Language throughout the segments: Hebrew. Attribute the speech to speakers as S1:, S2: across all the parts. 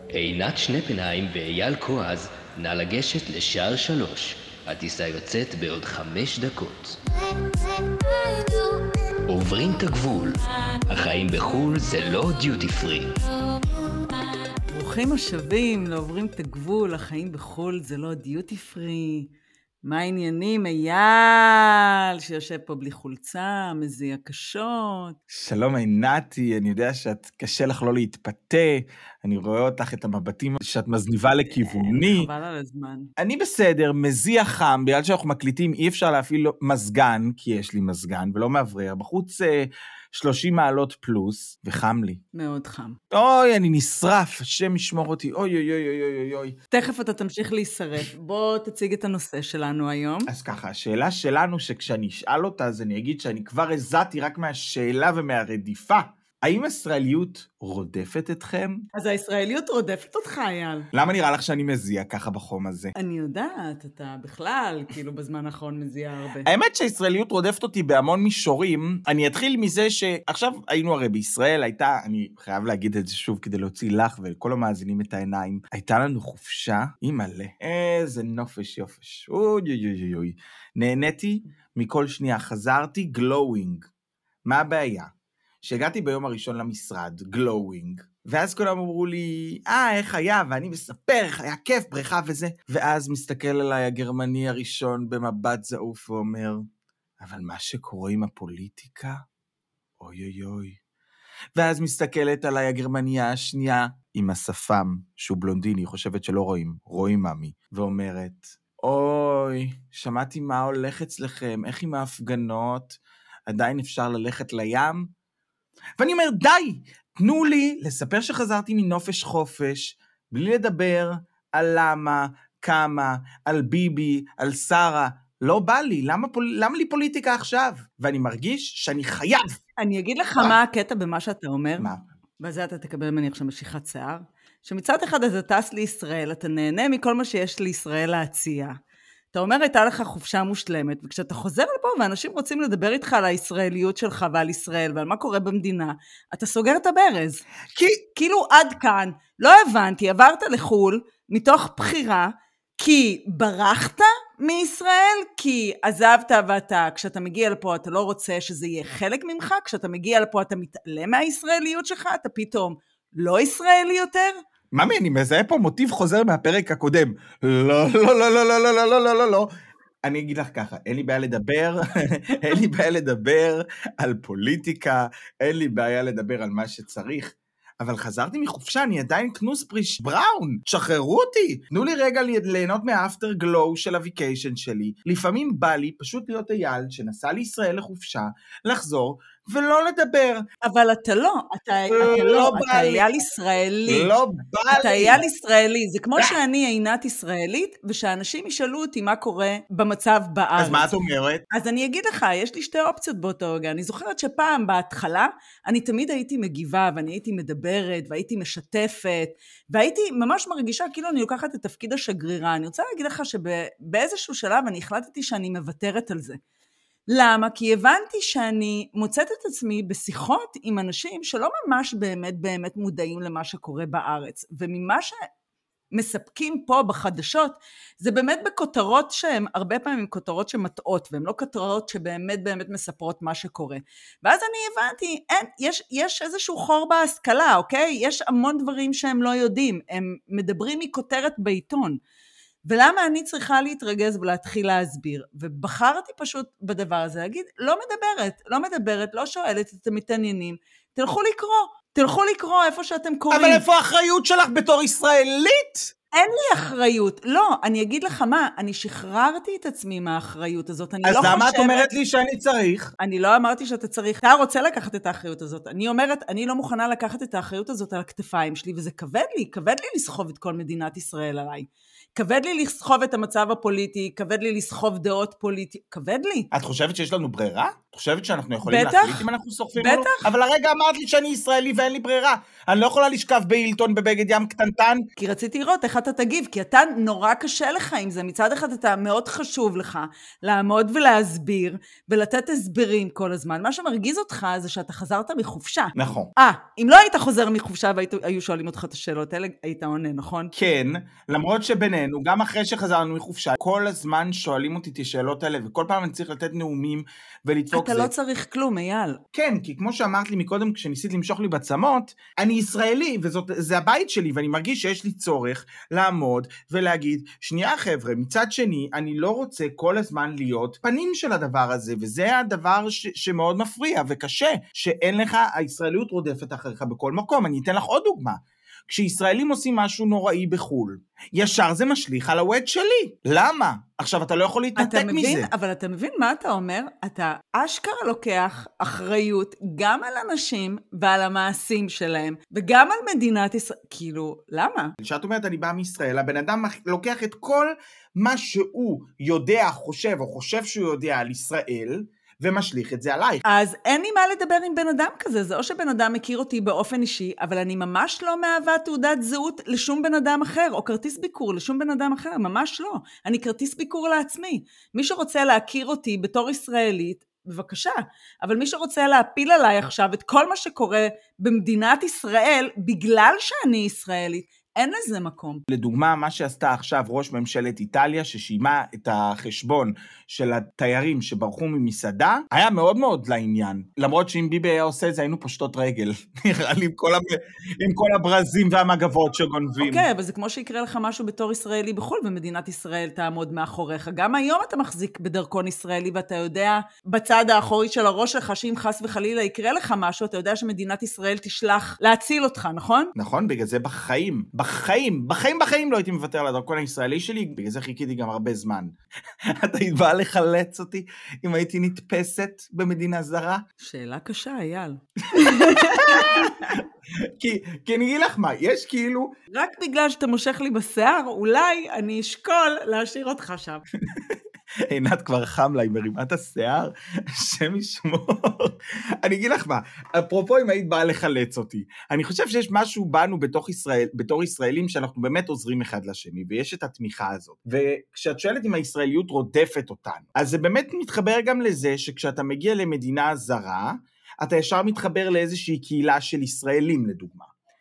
S1: עינת שנפנהיים ואייל כועז, נא לגשת לשער 3. הטיסה יוצאת בעוד 5 דקות. עוברים את הגבול. החיים בחול זה לא דיוטי פרי.
S2: ברוכים השבים, לא עוברים את הגבול, החיים בחול זה לא דיוטי פרי. מה העניינים, אייל, שיושב פה בלי חולצה, מזיע קשות?
S3: שלום עינתי, אני יודע שאת קשה לך לא להתפתה, אני רואה אותך את המבטים שאת מזניבה לכיווני.
S2: חבל על הזמן.
S3: אני בסדר, מזיע חם, בגלל שאנחנו מקליטים אי אפשר להפעיל מזגן, כי יש לי מזגן ולא מעברר, בחוץ 30 מעלות פלוס, וחם לי.
S2: מאוד חם.
S3: אוי, אני נשרף, השם ישמור אותי, אוי אוי אוי אוי אוי אוי.
S2: תכף אתה תמשיך להישרף, בוא תציג את הנושא שלנו היום.
S3: אז ככה, השאלה שלנו שכשאני אשאל אותה, אז אני אגיד שאני כבר הזעתי רק מהשאלה ומהרדיפה. האם הישראליות רודפת אתכם?
S2: אז הישראליות רודפת אותך, אייל.
S3: למה נראה לך שאני מזיע ככה בחום הזה?
S2: אני יודעת, אתה בכלל, כאילו בזמן האחרון מזיע הרבה.
S3: האמת שהישראליות רודפת אותי בהמון מישורים. אני אתחיל מזה שעכשיו היינו הרי בישראל, הייתה, אני חייב להגיד את זה שוב כדי להוציא לך ולכל המאזינים את העיניים, הייתה לנו חופשה, אימא'לה, איזה נופש יופש, אוי אוי אוי אוי. נהניתי מכל שנייה, חזרתי גלואוינג. מה הבעיה? שהגעתי ביום הראשון למשרד, גלואוינג, ואז כולם אמרו לי, איך היה? ואני מספר, איך היה כיף, בריכה וזה. ואז מסתכל עליי הגרמני הראשון במבט זעוף ואומר, אבל מה שקורה עם הפוליטיקה? אוי אוי אוי. ואז מסתכלת עליי הגרמניה השנייה, עם השפם, שהוא בלונדיני, חושבת שלא רואים ממי, ואומרת, אוי, שמעתי מה הולך אצלכם, איך עם ההפגנות, עדיין אפשר ללכת לים? ואני אומר, די, תנו לי לספר שחזרתי מנופש חופש, בלי לדבר על למה, כמה, על ביבי, על שרה, לא בא לי, למה לי פוליטיקה עכשיו? ואני מרגיש שאני חייב.
S2: אני אגיד לך מה הקטע במה שאתה אומר.
S3: מה?
S2: בזה אתה תקבל ממני עכשיו משיכת שיער. שמצד אחד אתה טס לישראל, אתה נהנה מכל מה שיש לישראל להציע. אתה אומר, הייתה לך חופשה מושלמת, וכשאתה חוזר לפה ואנשים רוצים לדבר איתך על הישראליות שלך ועל ישראל ועל מה קורה במדינה, אתה סוגר את הברז. כאילו עד כאן, לא הבנתי, עברת לחול מתוך בחירה, כי ברחת מישראל, כי עזבת ואתה, כשאתה מגיע לפה אתה לא רוצה שזה יהיה חלק ממך, כשאתה מגיע לפה אתה מתעלם מהישראליות שלך, אתה פתאום לא ישראלי יותר?
S3: ממי, אני מזהה פה מוטיב חוזר מהפרק הקודם. לא, לא, לא, לא, לא, לא, לא, לא, לא, לא. אני אגיד לך ככה, אין לי בעיה לדבר על פוליטיקה, אין לי בעיה לדבר על מה שצריך, אבל חזרתי מחופשה, אני עדיין קנוספריש בראון, תשחררו אותי, תנו לי רגע ליהנות מהאפטר גלואו של הויקיישן שלי, לפעמים בא לי פשוט להיות אייל שנסע לישראל לחופשה, לחזור ולא לדבר.
S2: אבל אתה לא, אתה אייל ישראלי.
S3: לא בא לי.
S2: אתה אייל ישראלי, זה כמו שאני עינת ישראלית, ושאנשים ישאלו אותי מה קורה במצב בארץ.
S3: אז מה את אומרת?
S2: אז אני אגיד לך, יש לי 2 אופציות באותו רגע. אני זוכרת שפעם בהתחלה, אני תמיד הייתי מגיבה, ואני הייתי מדברת, והייתי משתפת, והייתי ממש מרגישה כאילו אני לוקחת את תפקיד השגרירה. אני רוצה להגיד לך שבאיזשהו שלב אני החלטתי שאני מוותרת על זה. למה? כי הבנתי שאני מוצאת את עצמי בשיחות עם אנשים שלא ממש באמת מודעים למה שקורה בארץ, וממה שמספקים פה בחדשות, זה באמת בכותרות שהן הרבה פעמים כותרות שמטעות, והן לא כותרות שבאמת מספרות מה שקורה. ואז אני הבנתי, יש איזשהו חור בהשכלה, אוקיי? יש המון דברים שהם לא יודעים, הם מדברים מכותרת בעיתון, ולמה אני צריכה להתרגז ולהתחיל להסביר? ובחרתי פשוט בדבר הזה, להגיד, לא מדברת, לא שואלת את המתעניינים, תלכו לקרוא איפה שאתם קוראים.
S3: אבל איפה האחריות שלך בתור ישראלית?
S2: אין לי אחריות, לא, אני אגיד לך מה, אני שחררתי את עצמי מהאחריות הזאת, אני לא חושבת...
S3: אז למה את אומרת לי שאני צריך?
S2: אני לא אמרתי שאתה צריך, אתה רוצה לקחת את האחריות הזאת, אני אומרת, אני לא מוכנה לקחת את האחריות הזאת על הכתפיים שלי, וזה כבד לי לסחוב את כל מדינת ישראל עליי. כבד לי לסחוב את המצב הפוליטי, כבד לי לסחוב דעות פוליטיות, כבד לי.
S3: את חושבת שיש לנו ברירה? את חושבת שאנחנו יכולים להחליט אם אנחנו סוחפים לנו?
S2: בטח.
S3: אבל הרגע אמרת לי שאני ישראלי ואין לי ברירה. אני לא יכולה לשכב בהילטון בבגד ים קטנטן.
S2: כי רציתי לראות איך איך אתה תגיב, כי אתה נורא קשה לך עם זה. מצד אחד אתה מאוד חשוב לך לעמוד ולהסביר, ולתת הסברים כל הזמן. מה שמרגיז אותך זה שאתה חזרת מחופשה.
S3: נכון.
S2: אם לא היית חוזר מחופשה והיו שואלים אותך את השאלות האלה, היית עונה, נכון?
S3: כן, למרות שבינינו, גם אחרי שחזרנו מחופשה, כל הזמן שואלים אותי את השאלות האלה, וכל פעם אני צריך לתת נאומים ולדפוק זה.
S2: אתה לא צריך כלום, אייל.
S3: כן, כי כמו שאמרת לי מקודם, כשניסית למשוך לי בצמות, אני ישראלי, וזה הבית שלי, ואני מרגיש שיש לי צורך לעמוד ולהגיד, שנייה חבר'ה, מצד שני, אני לא רוצה כל הזמן להיות פנים של הדבר הזה, וזה הדבר שמאוד מפריע וקשה, שאין לך, הישראליות רודפת אחריך בכל מקום. אני אתן לך עוד דוגמה. כשישראלים עושים משהו נוראי בחול, ישר זה משליך על הווד שלי. למה? עכשיו אתה לא יכול להתנתק מזה.
S2: אבל אתה מבין מה אתה אומר? אתה אשכרה לוקח אחריות גם על אנשים ועל המעשים שלהם, וגם על מדינת ישראל. כאילו, למה?
S3: כשאת אומרת אני בא מישראל, הבן אדם לוקח את כל מה שהוא יודע, חושב או חושב שהוא יודע על ישראל, ומשליך את זה עלייך.
S2: אז אין לי מה לדבר עם בן אדם כזה, זה או שבן אדם מכיר אותי באופן אישי, אבל אני ממש לא מהווה תעודת זהות לשום בן אדם אחר, או כרטיס ביקור לשום בן אדם אחר, ממש לא. אני כרטיס ביקור לעצמי. מי שרוצה להכיר אותי בתור ישראלית, בבקשה, אבל מי שרוצה להפיל עליי עכשיו את כל מה שקורה במדינת ישראל, בגלל שאני ישראלית, אין לזה מקום.
S3: לדוגמה, מה שעשתה עכשיו ראש ממשלת איטליה, ששימה את החשבון של התיירים שברחו ממסעדה, היה מאוד מאוד לעניין. למרות שאם ביבי היה עושה את זה, היינו פושטות רגל. נראה לי עם כל הברזים והמגבות שגונבים.
S2: אוקיי, אבל זה כמו שיקרה לך משהו בתור ישראלי בחול, ומדינת ישראל תעמוד מאחוריך. גם היום אתה מחזיק בדרכון ישראלי, ואתה יודע בצד האחורי של הראש שלך, שאם חס וחלילה יקרה לך משהו, אתה יודע שמדינת ישראל תשלח להציל אותך, נכון?
S3: נכון, בגלל זה בחיים לא הייתי מוותר על הדרכון הישראלי שלי, בגלל זה חיכיתי גם הרבה זמן. אתה היית באה לחלץ אותי אם הייתי נתפסת במדינה זרה?
S2: שאלה קשה, אייל.
S3: כי אני אגיד לך מה, יש כאילו...
S2: רק בגלל שאתה מושך לי בשיער, אולי אני אשקול להשאיר אותך שם.
S3: עינת כבר חם לה, היא מרימה את השיער, השם ישמור. אני אגיד לך מה, אפרופו אם היית באה לחלץ אותי, אני חושב שיש משהו בנו בתור ישראלים, שאנחנו באמת עוזרים אחד לשני, ויש את התמיכה הזאת. וכשאת שואלת אם הישראליות רודפת אותנו, אז זה באמת מתחבר גם לזה, שכשאתה מגיע למדינה זרה, אתה ישר מתחבר לאיזושהי קהילה של ישראלים, לדוגמה.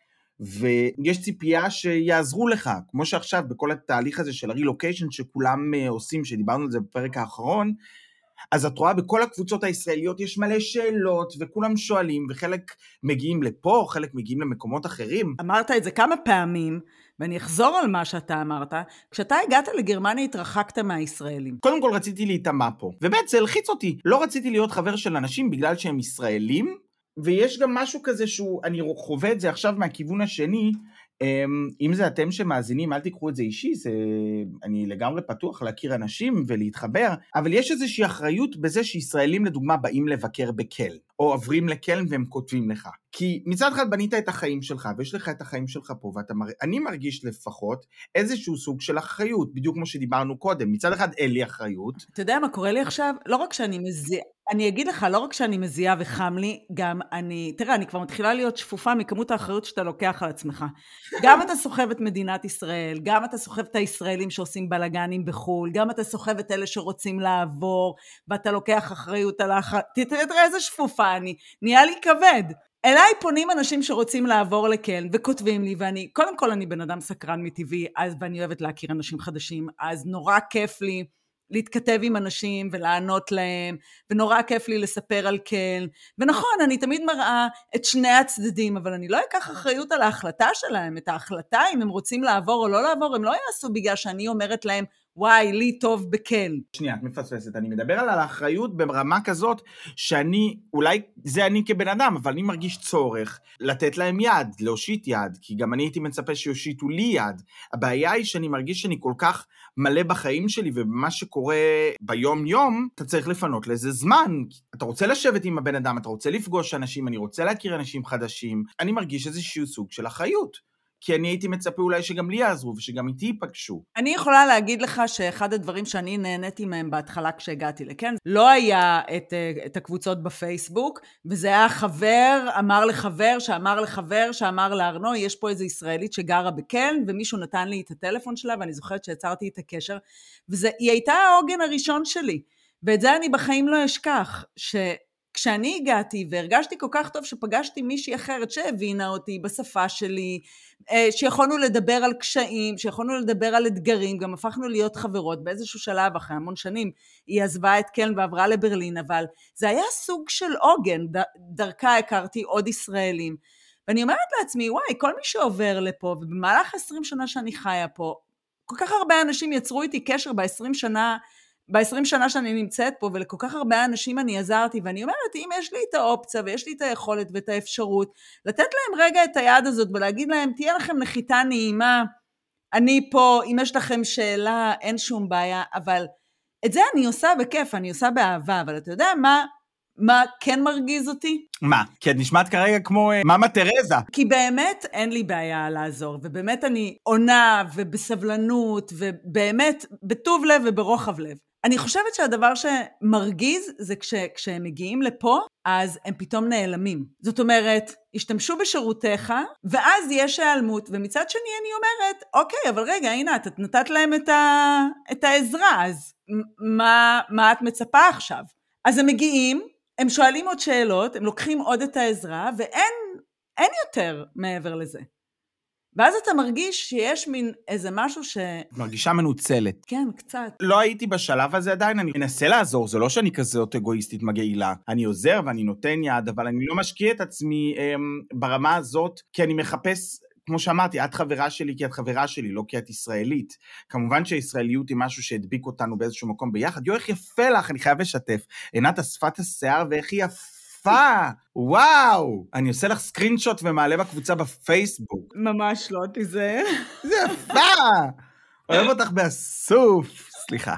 S3: ויש ציפייה שיעזרו לך, כמו שעכשיו בכל התהליך הזה של הרילוקיישן שכולם עושים, שדיברנו על זה בפרק האחרון, אז את רואה בכל הקבוצות הישראליות יש מלא שאלות, וכולם שואלים, וחלק מגיעים לפה, חלק מגיעים למקומות אחרים.
S2: אמרת את זה כמה פעמים, ואני אחזור על מה שאתה אמרת, כשאתה הגעת לגרמניה התרחקת מהישראלים.
S3: קודם כל רציתי להתאמה פה, ובאמת זה הלחיץ אותי, לא רציתי להיות חבר של אנשים בגלל שהם ישראלים, ויש גם משהו כזה אני חווה את זה עכשיו מהכיוון השני, אם זה אתם שמאזינים, אל תיקחו את זה אישי, אני לגמרי פתוח להכיר אנשים ולהתחבר, אבל יש איזושהי אחריות בזה שישראלים לדוגמה באים לבקר בקל, או עוברים לקל והם כותבים לך. כי מצד אחד בנית את החיים שלך, ויש לך את החיים שלך פה, אני מרגיש לפחות איזשהו סוג של אחריות, בדיוק כמו שדיברנו קודם, מצד אחד אין לי אחריות.
S2: אתה יודע מה קורה לי עכשיו? לא רק שאני אני אגיד לך, לא רק שאני מזיעה וחם לי, גם תראה, אני כבר מתחילה להיות שפופה מכמות האחריות שאתה לוקח על עצמך. גם אתה סוחב את מדינת ישראל, גם אתה סוחב את הישראלים שעושים בלגנים בחול, גם אתה סוחב את אלה שרוצים לעבור, ואתה לוקח אחריות על תראה איזה שפופה אני, נהיה לי כבד. אליי פונים אנשים שרוצים לעבור לקל, וכותבים לי, קודם כל אני בן אדם סקרן מטבעי, ואני אוהבת להכיר אנשים חדשים, אז נורא כיף לי להתכתב עם אנשים ולענות להם, ונורא כיף לי לספר על קל, ונכון, אני תמיד מראה את שני הצדדים, אבל אני לא אקח אחריות על ההחלטה שלהם, את ההחלטה אם הם רוצים לעבור או לא לעבור, הם לא יעשו בגלל שאני אומרת להם, וואי, לי טוב בקל.
S3: שנייה, את מפספסת, אני מדבר על האחריות ברמה כזאת, שאני, אולי זה אני כבן אדם, אבל אני מרגיש צורך לתת להם יד, להושיט יד, כי גם אני הייתי מצפה שיושיטו לי יד. הבעיה היא שאני מרגיש שאני כל כך מלא בחיים שלי, ובמה שקורה ביום יום, אתה צריך לפנות לזה זמן. אתה רוצה לשבת עם הבן אדם, אתה רוצה לפגוש אנשים, אני רוצה להכיר אנשים חדשים, אני מרגיש איזשהו סוג של אחריות. כי אני הייתי מצפה אולי שגם לי יעזרו, ושגם איתי ייפגשו.
S2: אני יכולה להגיד לך שאחד הדברים שאני נהניתי מהם בהתחלה כשהגעתי לכן, לא היה את הקבוצות בפייסבוק, וזה היה חבר, אמר לחבר, שאמר לחבר, שאמר לארנו, יש פה איזו ישראלית שגרה בקלן, ומישהו נתן לי את הטלפון שלה, ואני זוכרת שיצרתי את הקשר, והיא הייתה העוגן הראשון שלי, ואת זה אני בחיים לא אשכח, כשאני הגעתי והרגשתי כל כך טוב שפגשתי מישהי אחרת שהבינה אותי בשפה שלי, שיכולנו לדבר על קשיים, שיכולנו לדבר על אתגרים, גם הפכנו להיות חברות באיזשהו שלב אחרי המון שנים, היא עזבה את קלן ועברה לברלין, אבל זה היה סוג של עוגן, דרכה הכרתי עוד ישראלים, ואני אומרת לעצמי, וואי, כל מי שעובר לפה, ובמהלך 20 שנה שאני חיה פה, כל כך הרבה אנשים יצרו איתי קשר ב-20 שנה שאני נמצאת פה, ולכל כך הרבה אנשים אני עזרתי, ואני אומרת, אם יש לי את האופציה, ויש לי את היכולת ואת האפשרות, לתת להם רגע את היד הזאת, ולהגיד להם, תהיה לכם נחיתה נעימה, אני פה, אם יש לכם שאלה, אין שום בעיה, אבל את זה אני עושה בכיף, אני עושה באהבה, אבל אתה יודע מה כן מרגיז אותי?
S3: מה? כי את נשמעת כרגע כמו מאמה תרזה.
S2: כי באמת אין לי בעיה לעזור, ובאמת אני עונה ובסבלנות, ובאמת בטוב לב וברוחב לב. אני חושבת שהדבר שמרגיז זה כשהם מגיעים לפה, אז הם פתאום נעלמים. זאת אומרת, השתמשו בשירותיך, ואז יש העלמות, ומצד שני אני אומרת, אוקיי, אבל רגע, הנה, את נתת להם את העזרה, אז מה את מצפה עכשיו? אז הם מגיעים, הם שואלים עוד שאלות, הם לוקחים עוד את העזרה, ואין יותר מעבר לזה. ואז אתה מרגיש שיש מין איזה משהו
S3: מרגישה מנוצלת.
S2: כן, קצת.
S3: לא הייתי בשלב הזה עדיין, אני מנסה לעזור, זה לא שאני כזאת אגואיסטית מגעילה. אני עוזר ואני נותן יד, אבל אני לא משקיע את עצמי ברמה הזאת, כי אני מחפש, כמו שאמרתי, את חברה שלי כי את חברה שלי, לא כי את ישראלית. כמובן שהישראליות היא משהו שהדביק אותנו באיזשהו מקום ביחד. איך יפה לך, אני חייב לשתף. עינת אספת השיער ואיך היא יפה. וואו, אני עושה לך סקרינשוט ומעלה בקבוצה בפייסבוק.
S2: ממש לא, תיזהר.
S3: זה יפה. אוהב אותך באסוף. סליחה.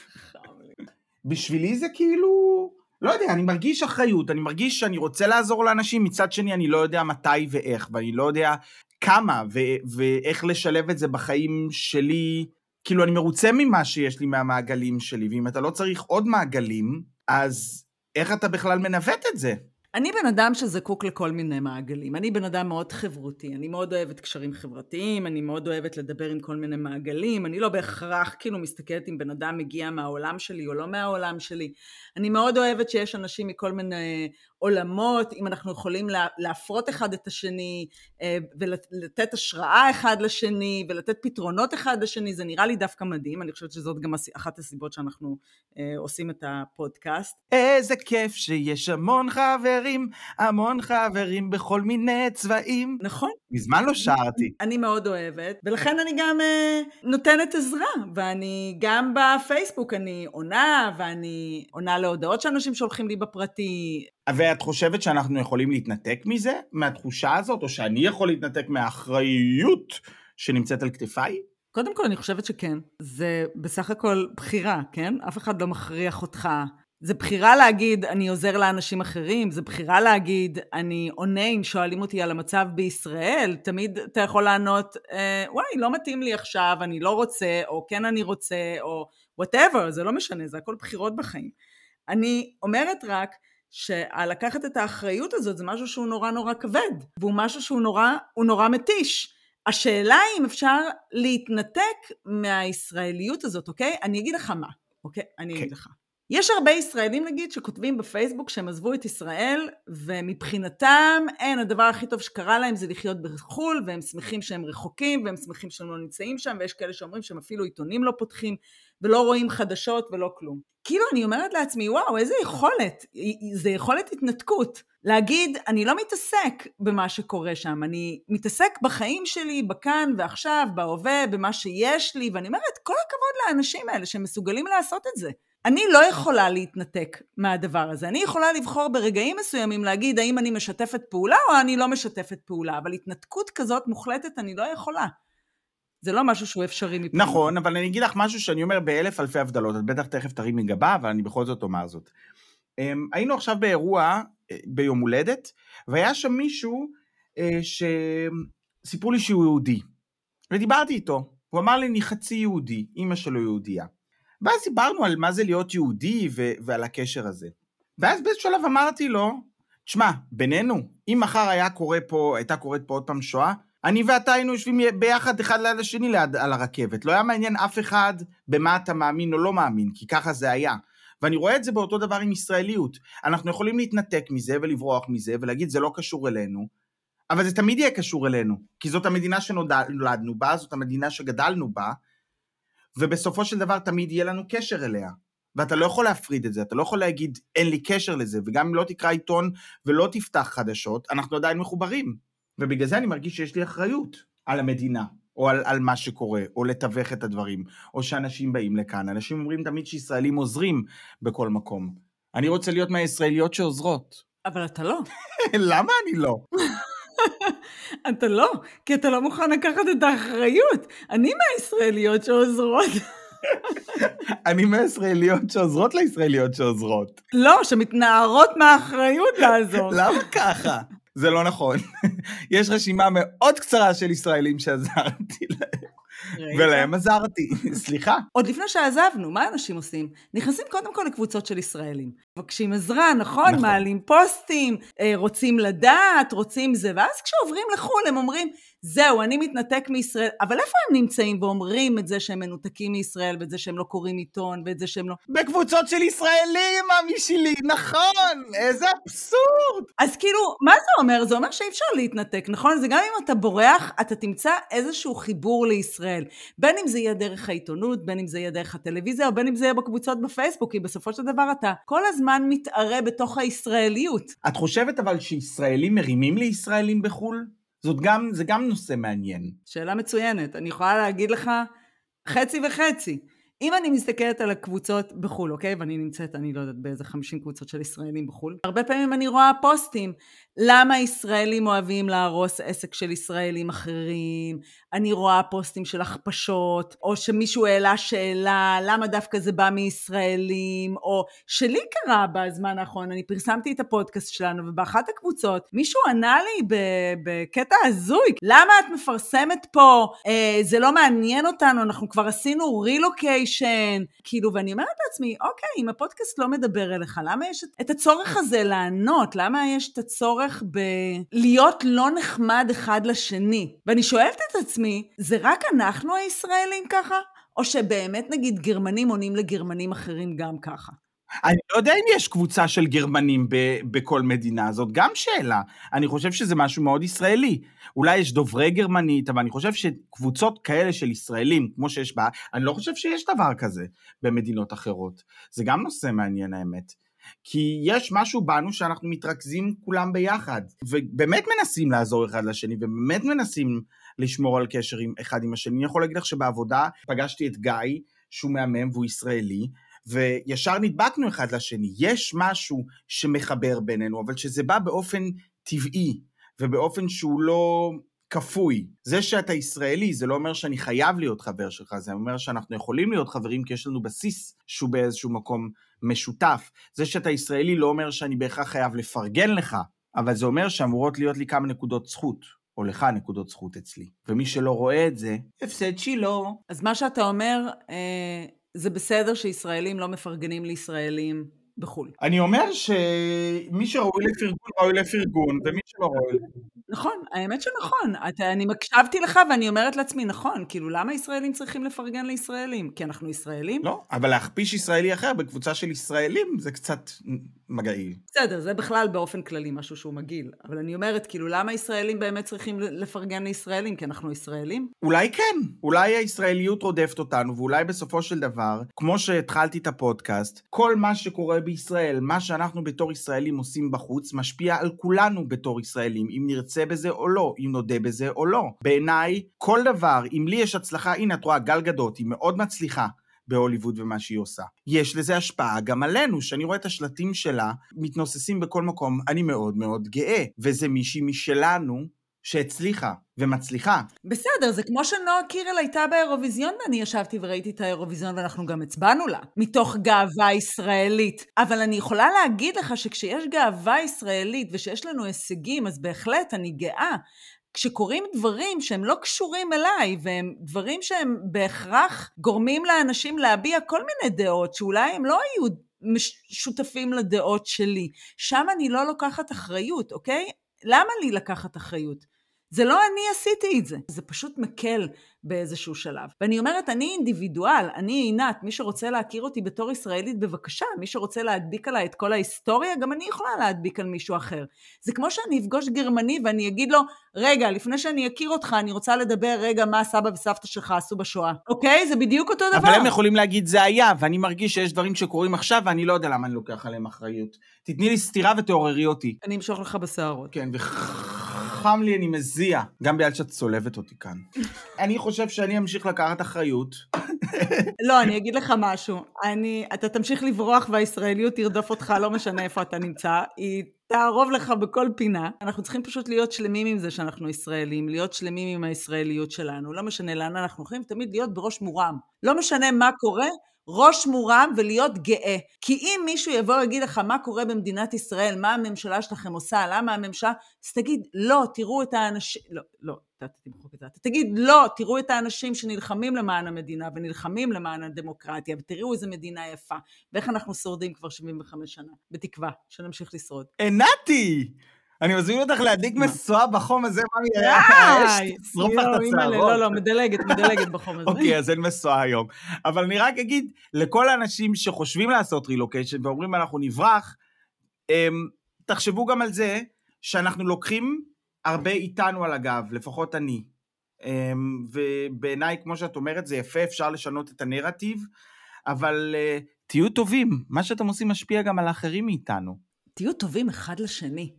S3: בשבילי זה כאילו, לא יודע, אני מרגיש אחריות, אני מרגיש שאני רוצה לעזור לאנשים, מצד שני אני לא יודע מתי ואיך, ואני לא יודע כמה ואיך לשלב את זה בחיים שלי, כאילו אני מרוצה ממה שיש לי מהמעגלים שלי, ואם אתה לא צריך עוד מעגלים, אז איך אתה בכלל מנווט את זה?
S2: אני בן אדם שזקוק לכל מיני מעגלים, אני בן אדם מאוד חברותי, אני מאוד אוהבת קשרים חברתיים, אני מאוד אוהבת לדבר עם כל מיני מעגלים, אני לא בהכרח כאילו מסתכלת אם בן אדם מגיע מהעולם שלי או לא מהעולם שלי, אני מאוד אוהבת שיש אנשים מכל מיני עולמות, אם אנחנו יכולים להפרות אחד את השני, ולתת השראה אחד לשני, ולתת פתרונות אחד לשני, זה נראה לי דווקא מדהים, אני חושבת שזאת גם אחת הסיבות שאנחנו עושים את הפודקאסט.
S3: איזה כיף שיש המון חברים בכל מיני צבעים.
S2: נכון.
S3: מזמן לא שרתי.
S2: אני מאוד אוהבת, ולכן אני גם נותנת עזרה, ואני גם בפייסבוק אני עונה, ואני עונה להודעות שאנשים שולחים לי בפרטי.
S3: ואת חושבת שאנחנו יכולים להתנתק מזה, מהתחושה הזאת, או שאני יכול להתנתק מהאחריות שנמצאת על כתפיי?
S2: קודם כל אני חושבת שכן, זה בסך הכל בחירה, כן? אף אחד לא מכריח אותך. זה בחירה להגיד, אני עוזר לאנשים אחרים, זה בחירה להגיד, אני עונה אם שואלים אותי על המצב בישראל, תמיד אתה יכול לענות, וואי, לא מתאים לי עכשיו, אני לא רוצה, או כן אני רוצה, או whatever, זה לא משנה, זה הכל בחירות בחיים. אני אומרת רק, שלקחת את האחריות הזאת, זה משהו שהוא נורא נורא כבד, והוא משהו שהוא נורא מתיש. השאלה היא אם אפשר להתנתק מהישראליות הזאת, אוקיי? אני אגיד לך מה, אוקיי? אני אגיד לך. יש הרבה ישראלים, נגיד, שכותבים בפייסבוק שהם עזבו את ישראל, ומבחינתם אין, הדבר הכי טוב שקרה להם זה לחיות בחול, והם שמחים שהם רחוקים, והם שמחים שהם לא נמצאים שם, ויש כאלה שאומרים שהם אפילו עיתונים לא פותחים, ולא רואים חדשות ולא כלום. כאילו אני אומרת לעצמי, וואו, איזה יכולת, זה יכולת התנתקות, להגיד, אני לא מתעסק במה שקורה שם, אני מתעסק בחיים שלי, בכאן ועכשיו, בהווה, במה שיש לי, ואני אומרת, כל הכבוד לאנשים האלה שמסוגלים לעשות את זה. אני לא יכולה להתנתק מהדבר הזה, אני יכולה לבחור ברגעים מסוימים להגיד האם אני משתפת פעולה או אני לא משתפת פעולה, אבל התנתקות כזאת מוחלטת אני לא יכולה. זה לא משהו שהוא אפשרי מפעמים.
S3: נכון, אבל אני אגיד לך משהו שאני אומר באלף אלפי הבדלות, את בטח תכף תרימי גבה, אבל אני בכל זאת אומר זאת. היינו עכשיו באירוע ביום הולדת, והיה שם מישהו סיפרו לי שהוא יהודי, ודיברתי איתו, הוא אמר לי, אני חצי יהודי, אמא שלו יהודייה. ואז דיברנו על מה זה להיות יהודי ועל הקשר הזה. ואז באיזשהו שלב אמרתי לו, תשמע, בינינו, אם מחר הייתה קורית פה עוד פעם שואה, אני ואתה היינו יושבים ביחד אחד ליד השני על הרכבת. לא היה מעניין אף אחד במה אתה מאמין או לא מאמין, כי ככה זה היה. ואני רואה את זה באותו דבר עם ישראליות. אנחנו יכולים להתנתק מזה ולברוח מזה ולהגיד זה לא קשור אלינו, אבל זה תמיד יהיה קשור אלינו, כי זאת המדינה שנולדנו בה, זאת המדינה שגדלנו בה, ובסופו של דבר תמיד יהיה לנו קשר אליה. ואתה לא יכול להפריד את זה, אתה לא יכול להגיד אין לי קשר לזה, וגם אם לא תקרא עיתון ולא תפתח חדשות, אנחנו עדיין מחוברים. ובגלל זה אני מרגיש שיש לי אחריות על המדינה, או על מה שקורה, או לתווך את הדברים, או שאנשים באים לכאן. אנשים אומרים תמיד שישראלים עוזרים בכל מקום. אני רוצה להיות מהישראליות שעוזרות.
S2: אבל אתה לא.
S3: למה אני לא?
S2: אתה לא, כי אתה לא מוכן לקחת את האחריות. אני מהישראליות שעוזרות.
S3: אני מהישראליות שעוזרות לישראליות שעוזרות.
S2: לא, שמתנערות מהאחריות לעזור.
S3: למה ככה? זה לא נכון. יש רשימה מאוד קצרה של ישראלים שעזרתי להם. ולהם עזרתי, סליחה.
S2: עוד לפני שעזבנו, מה אנשים עושים? נכנסים קודם כל לקבוצות של ישראלים. מבקשים עזרה, נכון? מעלים פוסטים, רוצים לדעת, רוצים זה, ואז כשעוברים לחול הם אומרים, זהו, אני מתנתק מישראל, אבל איפה הם נמצאים ואומרים את זה שהם מנותקים מישראל, ואת זה שהם לא קוראים עיתון, ואת זה שהם לא...
S3: בקבוצות של ישראלים, אמי שלי, נכון, איזה אבסורד.
S2: אז כאילו, מה זה אומר? זה אומר שאי אפשר להתנתק, נכון? זה גם אם אתה בורח, אתה תמצא איזשהו חיבור לישראל. בין אם זה יהיה דרך העיתונות, בין אם זה יהיה דרך הטלוויזיה, או בין אם זה יהיה בקבוצות בפייסבוק, כי בסופו של דבר אתה כל הזמן מתערה בתוך הישראליות.
S3: את חושבת אבל שישראלים מרימים לישראלים בחול? זה גם נושא מעניין.
S2: שאלה מצוינת. אני יכולה להגיד לך חצי וחצי. אם אני מסתכלת על הקבוצות בחול, אוקיי? ואני נמצאת, אני לא יודעת, באיזה 50 קבוצות של ישראלים בחול. הרבה פעמים אני רואה פוסטים, למה ישראלים אוהבים להרוס עסק של ישראלים אחרים, אני רואה פוסטים של הכפשות, או שמישהו העלה שאלה, למה דווקא זה בא מישראלים, או שלי קרה בזמן האחרון, אני פרסמתי את הפודקאסט שלנו, ובאחת הקבוצות, מישהו ענה לי בקטע הזוי, למה את מפרסמת פה, זה לא מעניין אותנו, אנחנו כבר עשינו רילוקיישן, כאילו, ואני אומרת לעצמי, אוקיי, אם הפודקאסט לא מדבר אליך, למה יש את הצורך הזה לענות, למה יש את הצורך בלהיות לא נחמד אחד לשני? ואני שואלת את עצמי, זה רק אנחנו הישראלים ככה? או שבאמת נגיד גרמנים עונים לגרמנים אחרים גם ככה?
S3: אני לא יודע אם יש קבוצה של גרמנים בכל מדינה, זאת גם שאלה. אני חושב שזה משהו מאוד ישראלי. אולי יש דוברי גרמנית, אבל אני חושב שקבוצות כאלה של ישראלים, כמו שיש בה, אני לא חושב שיש דבר כזה במדינות אחרות. זה גם נושא מעניין האמת. כי יש משהו בנו שאנחנו מתרכזים כולם ביחד, ובאמת מנסים לעזור אחד לשני, ובאמת מנסים לשמור על קשר אחד עם השני. אני יכול להגיד לך שבעבודה פגשתי את גיא, שהוא מהמם והוא ישראלי, וישר נדבקנו אחד לשני. יש משהו שמחבר בינינו, אבל שזה בא באופן טבעי, ובאופן שהוא לא כפוי. זה שאתה ישראלי, זה לא אומר שאני חייב להיות חבר שלך, זה אומר שאנחנו יכולים להיות חברים, כי יש לנו בסיס שהוא באיזשהו מקום משותף. זה שאתה ישראלי לא אומר שאני בהכרח חייב לפרגן לך, אבל זה אומר שאמורות להיות לי כמה נקודות זכות, או לך נקודות זכות אצלי. ומי שלא רואה את זה, הפסד שלו.
S2: אז מה שאתה אומר, זה בסדר שישראלים לא מפרגנים לישראלים בחול.
S3: אני אומר שמי שראוי לפרגון, ראוי לפרגון, ומי שלא ראוי...
S2: נכון, האמת שנכון. אני מקשבתי לך ואני אומרת לעצמי, נכון, כאילו למה ישראלים צריכים לפרגן לישראלים? כי אנחנו ישראלים?
S3: לא, אבל להכפיש ישראלי אחר בקבוצה של ישראלים זה קצת מגעיל.
S2: בסדר, זה בכלל באופן כללי משהו שהוא מגעיל. אבל אני אומרת, כאילו למה ישראלים באמת צריכים לפרגן לישראלים? כי אנחנו ישראלים?
S3: אולי כן, אולי הישראליות רודפת אותנו, ואולי בסופו של דבר, כמו שהתחלתי את הפודקאסט, כל מה שקורה בישראל, מה שאנחנו בתור ישראלים עושים בחוץ, משפיע על כולנו בתור ישראלים, אם נרצה בזה או לא, אם נודה בזה או לא. בעיניי, כל דבר, אם לי יש הצלחה, הנה את רואה, גל גדות, היא מאוד מצליחה בהוליווד ומה שהיא עושה. יש לזה השפעה גם עלינו, שאני רואה את השלטים שלה, מתנוססים בכל מקום, אני מאוד מאוד גאה, וזה מישהי משלנו, שהצליחה ומצליחה.
S2: בסדר, זה כמו שנועה קירל הייתה באירוויזיון, ואני ישבתי וראיתי את האירוויזיון, ואנחנו גם הצבענו לה, מתוך גאווה ישראלית. אבל אני יכולה להגיד לך שכשיש גאווה ישראלית, ושיש לנו הישגים, אז בהחלט אני גאה. כשקורים דברים שהם לא קשורים אליי, והם דברים שהם בהכרח גורמים לאנשים להביע כל מיני דעות, שאולי הם לא היו שותפים לדעות שלי, שם אני לא לוקחת אחריות, אוקיי? למה לי לקחת אחריות? זה לא אני עשיתי את זה, זה פשוט מקל באיזשהו שלב. ואני אומרת, אני אינדיבידואל, אני עינת, מי שרוצה להכיר אותי בתור ישראלית, בבקשה, מי שרוצה להדביק עליי את כל ההיסטוריה, גם אני יכולה להדביק על מישהו אחר. זה כמו שאני אפגוש גרמני ואני אגיד לו, רגע, לפני שאני אכיר אותך, אני רוצה לדבר רגע מה סבא וסבתא שלך עשו בשואה. אוקיי? זה בדיוק אותו דבר.
S3: אבל הם יכולים להגיד זה היה, ואני מרגיש שיש דברים שקורים עכשיו, ואני לא יודע למה אני לוקח עליהם אחריות. תתני לי סתירה ותעוררי אותי.
S2: אני אמשוך לך בשערות.
S3: כן, חם לי, אני מזיע, גם בגלל שאת צולבת אותי כאן. אני חושב שאני אמשיך לקחת אחריות.
S2: לא, אני אגיד לך משהו. אתה תמשיך לברוח והישראליות תרדוף אותך, לא משנה איפה אתה נמצא. היא תערוב לך בכל פינה. אנחנו צריכים פשוט להיות שלמים עם זה שאנחנו ישראלים, להיות שלמים עם הישראליות שלנו. לא משנה לאן אנחנו הולכים, תמיד להיות בראש מורם. לא משנה מה קורה, ראש מורם ולהיות גאה. כי אם מישהו יבוא ויגיד לך מה קורה במדינת ישראל, מה הממשלה שלכם עושה, למה הממשלה, אז תגיד, לא, תראו את האנשים, לא, אתה תמחוק את זה, אתה תגיד, לא, תראו את האנשים שנלחמים למען המדינה, ונלחמים למען הדמוקרטיה, ותראו איזה מדינה יפה, ואיך אנחנו שורדים כבר 75 שנה, בתקווה שנמשיך לשרוד.
S3: נתי! אני מזמין אותך להדליק מסועה בחום הזה, מה תשרוף לך את הצערות.
S2: לא, מדלגת בחום הזה.
S3: אוקיי, אז אין מסועה היום. אבל אני רק אגיד, לכל האנשים שחושבים לעשות רילוקיישן, ואומרים אנחנו נברח, תחשבו גם על זה, שאנחנו לוקחים הרבה איתנו על הגב, לפחות אני. ובעיניי, כמו שאת אומרת, זה יפה, אפשר לשנות את הנרטיב, אבל תהיו טובים, מה שאתם עושים משפיע גם על האחרים מאיתנו.
S2: תהיו טובים אחד לשני.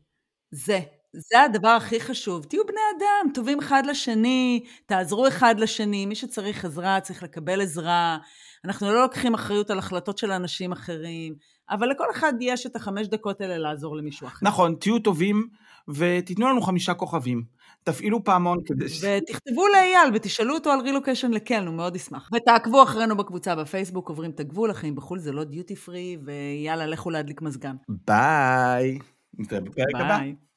S2: זה הדבר הכי חשוב. תהיו בני אדם, טובים אחד לשני, תעזרו אחד לשני, מי שצריך עזרה צריך לקבל עזרה. אנחנו לא לוקחים אחריות על החלטות של אנשים אחרים, אבל לכל אחד יש את 5 דקות האלה לעזור למישהו אחר.
S3: נכון, תהיו טובים ותיתנו לנו 5 כוכבים. תפעילו פעמון כדי
S2: ותכתבו לאייל ותשאלו אותו על רילוקיישן לקל, הוא מאוד ישמח. ותעקבו אחרינו בקבוצה בפייסבוק, עוברים את הגבול, החיים בחול זה לא דיוטי פרי, ויאללה, לכו להדליק מזגן.
S3: ביי. נתראה בפרק הבא.